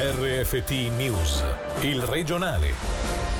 RFT News, il regionale.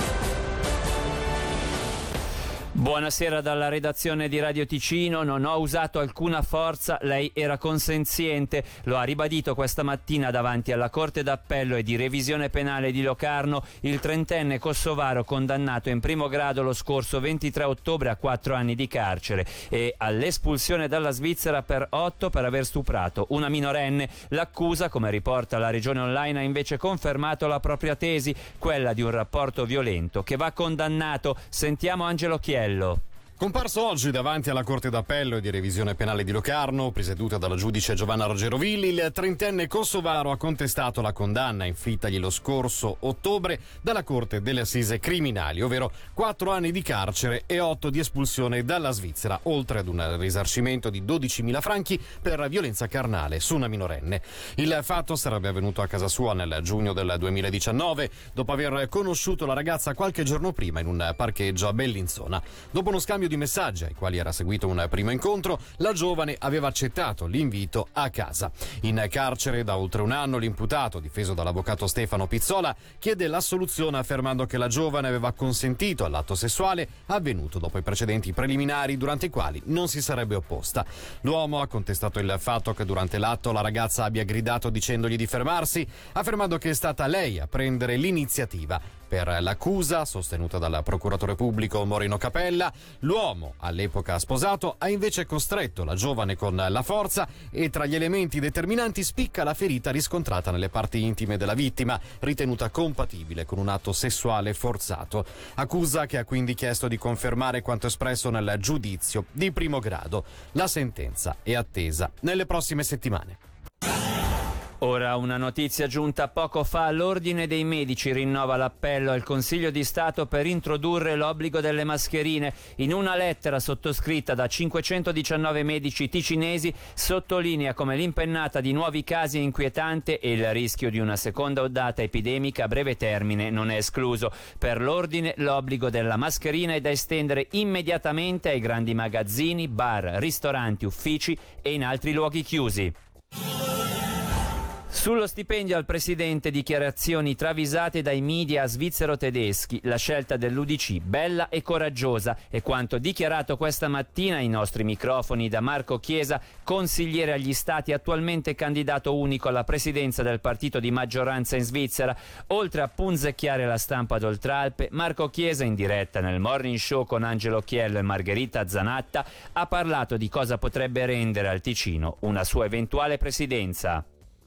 Buonasera dalla redazione di Radio Ticino. Non ho usato alcuna forza, lei era consenziente. Lo ha ribadito questa mattina davanti alla Corte d'Appello e di Revisione Penale di Locarno il trentenne kosovaro condannato in primo grado lo scorso 23 ottobre a 4 anni di carcere e all'espulsione dalla Svizzera per 8 per aver stuprato una minorenne. L'accusa, come riporta la Regione Online, ha invece confermato la propria tesi, quella di un rapporto violento che va condannato. Sentiamo Angelo Chiello. Comparso oggi davanti alla Corte d'Appello e di Revisione Penale di Locarno, presieduta dalla giudice Giovanna Rogerovilli, il trentenne kosovaro ha contestato la condanna inflittagli lo scorso ottobre dalla Corte delle Assise Criminali, ovvero 4 anni di carcere e 8 di espulsione dalla Svizzera, oltre ad un risarcimento di 12.000 franchi per violenza carnale su una minorenne. Il fatto sarebbe avvenuto a casa sua nel giugno del 2019, dopo aver conosciuto la ragazza qualche giorno prima in un parcheggio a Bellinzona. Dopo uno scambio di messaggi ai quali era seguito un primo incontro, la giovane aveva accettato l'invito a casa. In carcere da oltre un anno l'imputato, difeso dall'avvocato Stefano Pizzola, chiede l'assoluzione affermando che la giovane aveva consentito all'atto sessuale avvenuto dopo i precedenti preliminari durante i quali non si sarebbe opposta. L'uomo ha contestato il fatto che durante l'atto la ragazza abbia gridato dicendogli di fermarsi, affermando che è stata lei a prendere l'iniziativa. Per l'accusa, sostenuta dal procuratore pubblico Moreno Capella, l'uomo, all'epoca sposato, ha invece costretto la giovane con la forza e tra gli elementi determinanti spicca la ferita riscontrata nelle parti intime della vittima, ritenuta compatibile con un atto sessuale forzato. Accusa che ha quindi chiesto di confermare quanto espresso nel giudizio di primo grado. La sentenza è attesa nelle prossime settimane. Ora una notizia giunta poco fa: l'Ordine dei Medici rinnova l'appello al Consiglio di Stato per introdurre l'obbligo delle mascherine. In una lettera sottoscritta da 519 medici ticinesi sottolinea come l'impennata di nuovi casi è inquietante e il rischio di una seconda ondata epidemica a breve termine non è escluso. Per l'Ordine l'obbligo della mascherina è da estendere immediatamente ai grandi magazzini, bar, ristoranti, uffici e in altri luoghi chiusi. Sullo stipendio al presidente, dichiarazioni travisate dai media svizzero-tedeschi. La scelta dell'UDC, bella e coraggiosa, è quanto dichiarato questa mattina ai nostri microfoni da Marco Chiesa, consigliere agli Stati, attualmente candidato unico alla presidenza del partito di maggioranza in Svizzera. Oltre a punzecchiare la stampa d'Oltralpe, Marco Chiesa, in diretta nel Morning Show con Angelo Chiello e Margherita Zanatta, ha parlato di cosa potrebbe rendere al Ticino una sua eventuale presidenza.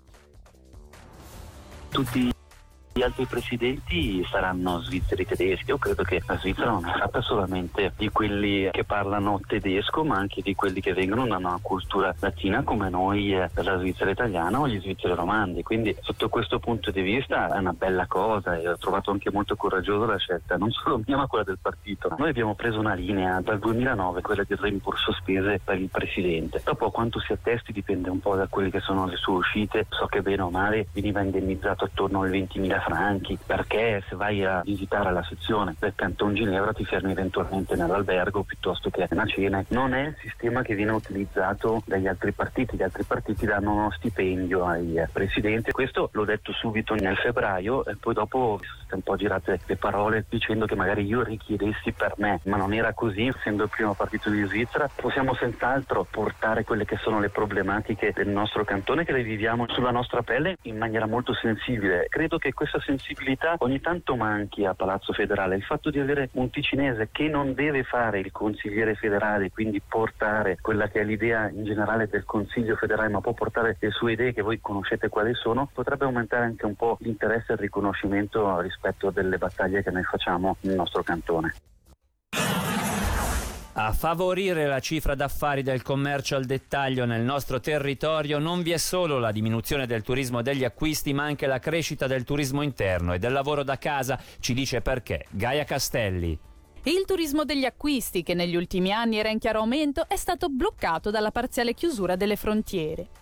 Tutti gli altri presidenti saranno svizzeri tedeschi. Io credo che la Svizzera non è fatta solamente di quelli che parlano tedesco, ma anche di quelli che vengono da una cultura latina come noi la Svizzera italiana o gli svizzeri romandi. Quindi sotto questo punto di vista è una bella cosa e ho trovato anche molto coraggiosa la scelta, non solo mia ma quella del partito. Noi abbiamo preso una linea dal 2009, quella del rimborso spese per il presidente. Dopo quanto si attesti dipende un po' da quelle che sono le sue uscite. So che bene o male veniva indennizzato attorno ai 20.000 franchi, perché se vai a visitare la sezione del Canton Ginevra ti fermi eventualmente nell'albergo piuttosto che a una cena. Non è il sistema che viene utilizzato dagli altri partiti. Gli altri partiti danno uno stipendio ai presidenti. Questo l'ho detto subito nel febbraio e poi dopo sono state un po' girate le parole dicendo che magari io richiedessi per me, ma non era così. Essendo il primo partito di Svizzera possiamo senz'altro portare quelle che sono le problematiche del nostro cantone, che le viviamo sulla nostra pelle in maniera molto sensibile. Credo che questa sensibilità ogni tanto manchi a Palazzo Federale. Il fatto di avere un ticinese che non deve fare il consigliere federale, quindi portare quella che è l'idea in generale del Consiglio federale, ma può portare le sue idee che voi conoscete quali sono, potrebbe aumentare anche un po' l'interesse e il riconoscimento rispetto delle battaglie che noi facciamo nel nostro cantone. A favorire la cifra d'affari del commercio al dettaglio nel nostro territorio non vi è solo la diminuzione del turismo degli acquisti, ma anche la crescita del turismo interno e del lavoro da casa. Ci dice perché Gaia Castelli. Il turismo degli acquisti, che negli ultimi anni era in chiaro aumento, è stato bloccato dalla parziale chiusura delle frontiere.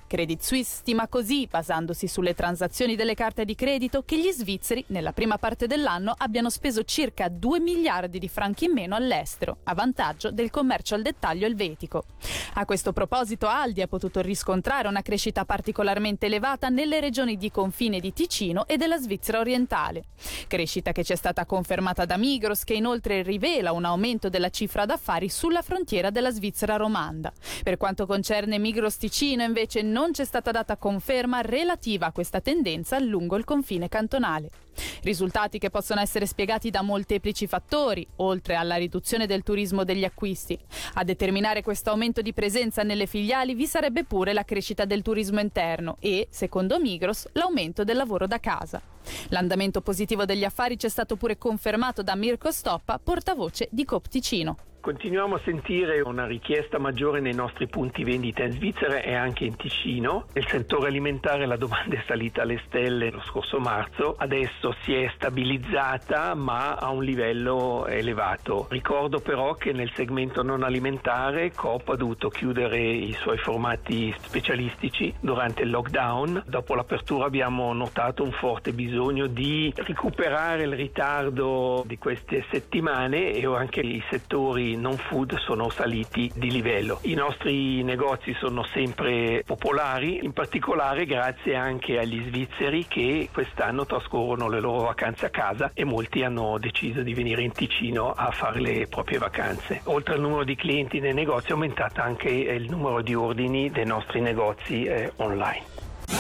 Credit Suisse stima così, basandosi sulle transazioni delle carte di credito, che gli svizzeri nella prima parte dell'anno abbiano speso circa 2 miliardi di franchi in meno all'estero, a vantaggio del commercio al dettaglio elvetico. A questo proposito Aldi ha potuto riscontrare una crescita particolarmente elevata nelle regioni di confine di Ticino e della Svizzera orientale. Crescita che ci è stata confermata da Migros, che inoltre rivela un aumento della cifra d'affari sulla frontiera della Svizzera romanda. Per quanto concerne Migros Ticino, invece, non c'è stata data conferma relativa a questa tendenza lungo il confine cantonale. Risultati che possono essere spiegati da molteplici fattori, oltre alla riduzione del turismo degli acquisti. A determinare questo aumento di presenza nelle filiali vi sarebbe pure la crescita del turismo interno e, secondo Migros, l'aumento del lavoro da casa. L'andamento positivo degli affari ci è stato pure confermato da Mirko Stoppa, portavoce di Coop Ticino. Continuiamo a sentire una richiesta maggiore nei nostri punti vendita in Svizzera e anche in Ticino. Nel settore alimentare la domanda è salita alle stelle lo scorso marzo, adesso si è stabilizzata ma a un livello elevato. Ricordo però che nel segmento non alimentare Coop ha dovuto chiudere i suoi formati specialistici durante il lockdown. Dopo l'apertura abbiamo notato un forte bisogno di recuperare il ritardo di queste settimane e anche i settori non food sono saliti di livello. I nostri negozi sono sempre popolari, in particolare grazie anche agli svizzeri che quest'anno trascorrono le loro vacanze a casa e molti hanno deciso di venire in Ticino a fare le proprie vacanze. Oltre al numero di clienti nei negozi è aumentato anche il numero di ordini dei nostri negozi online.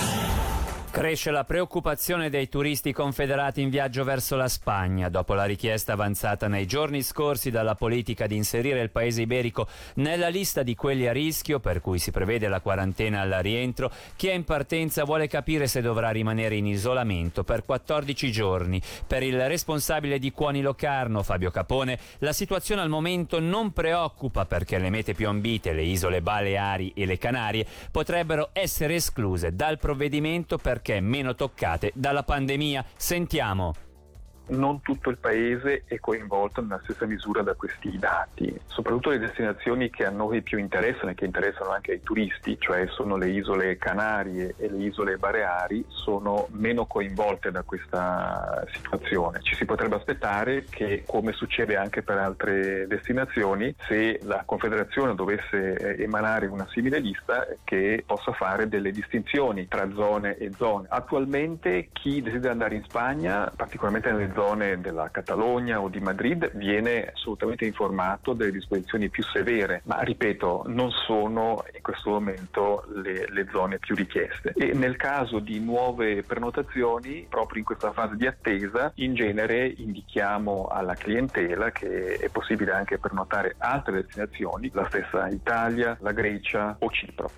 Cresce la preoccupazione dei turisti confederati in viaggio verso la Spagna dopo la richiesta avanzata nei giorni scorsi dalla politica di inserire il paese iberico nella lista di quelli a rischio, per cui si prevede la quarantena al rientro. Chi è in partenza vuole capire se dovrà rimanere in isolamento per 14 giorni. Per il responsabile di Cuoni Locarno, Fabio Capone, la situazione al momento non preoccupa perché le mete più ambite, le isole Baleari e le Canarie, potrebbero essere escluse dal provvedimento perché meno toccate dalla pandemia. Sentiamo. Non tutto il paese è coinvolto nella stessa misura da questi dati, soprattutto le destinazioni che a noi più interessano e che interessano anche ai turisti, cioè sono le isole Canarie e le isole Baleari, sono meno coinvolte da questa situazione. Ci si potrebbe aspettare che, come succede anche per altre destinazioni, se la Confederazione dovesse emanare una simile lista, che possa fare delle distinzioni tra zone e zone. Attualmente chi desidera andare in Spagna, particolarmente nelle zone della Catalogna o di Madrid, viene assolutamente informato delle disposizioni più severe, ma ripeto, non sono in questo momento le zone più richieste. E nel caso di nuove prenotazioni, proprio in questa fase di attesa, in genere indichiamo alla clientela che è possibile anche prenotare altre destinazioni, la stessa Italia, la Grecia o Cipro.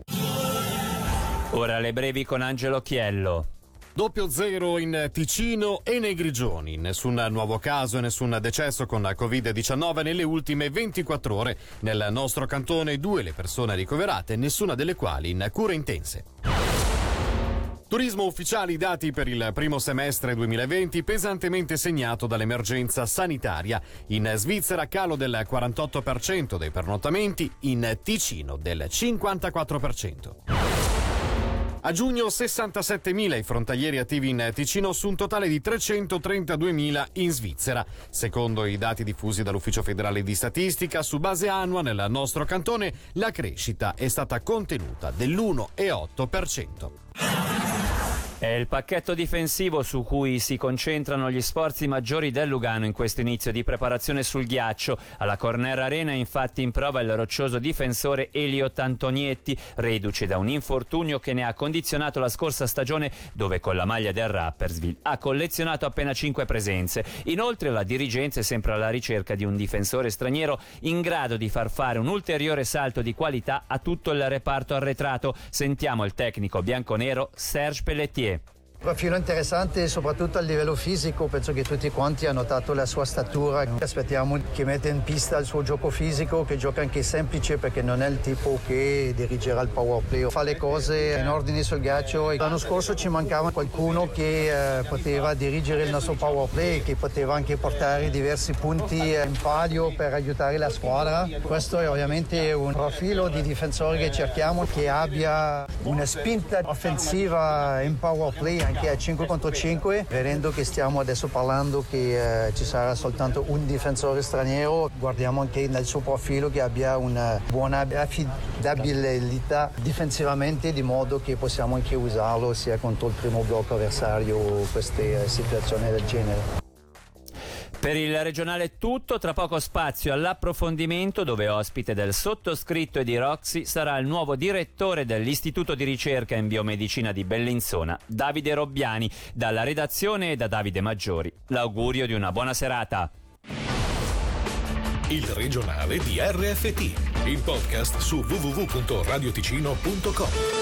Ora le brevi con Angelo Chiello. 0 in Ticino e nei Grigioni. Nessun nuovo caso e nessun decesso con Covid-19 nelle ultime 24 ore. Nel nostro cantone 2 le persone ricoverate, nessuna delle quali in cure intense. Turismo ufficiali, dati per il primo semestre 2020 pesantemente segnato dall'emergenza sanitaria. In Svizzera calo del 48% dei pernottamenti, in Ticino del 54%. A giugno 67.000 i frontalieri attivi in Ticino su un totale di 332.000 in Svizzera. Secondo i dati diffusi dall'Ufficio federale di statistica, su base annua nel nostro cantone la crescita è stata contenuta dell'1,8%. È il pacchetto difensivo su cui si concentrano gli sforzi maggiori del Lugano in questo inizio di preparazione sul ghiaccio. Alla Corner Arena è infatti in prova il roccioso difensore Elio Tantonietti, reduce da un infortunio che ne ha condizionato la scorsa stagione, dove con la maglia del Rapperswil ha collezionato appena 5 presenze. Inoltre la dirigenza è sempre alla ricerca di un difensore straniero in grado di far fare un ulteriore salto di qualità a tutto il reparto arretrato. Sentiamo il tecnico bianconero Serge Pelletier. Profilo interessante soprattutto a livello fisico, penso che tutti quanti hanno notato la sua statura. Aspettiamo che metta in pista il suo gioco fisico, che gioca anche semplice perché non è il tipo che dirigerà il power play, fa le cose in ordine sul ghiaccio. L'anno scorso ci mancava qualcuno che poteva dirigere il nostro power play, che poteva anche portare diversi punti in palio per aiutare la squadra. Questo è ovviamente un profilo di difensore che cerchiamo, che abbia una spinta offensiva in power play anche a 5 contro 5, vedendo che stiamo adesso parlando che ci sarà soltanto un difensore straniero. Guardiamo anche nel suo profilo che abbia una buona affidabilità difensivamente, di modo che possiamo anche usarlo sia contro il primo blocco avversario o queste situazioni del genere. Per il regionale è tutto, tra poco spazio all'approfondimento dove ospite del sottoscritto e di Roxy sarà il nuovo direttore dell'Istituto di Ricerca in Biomedicina di Bellinzona, Davide Robbiani. Dalla redazione e da Davide Maggiori, l'augurio di una buona serata. Il regionale di RFT, il podcast su www.radioticino.com.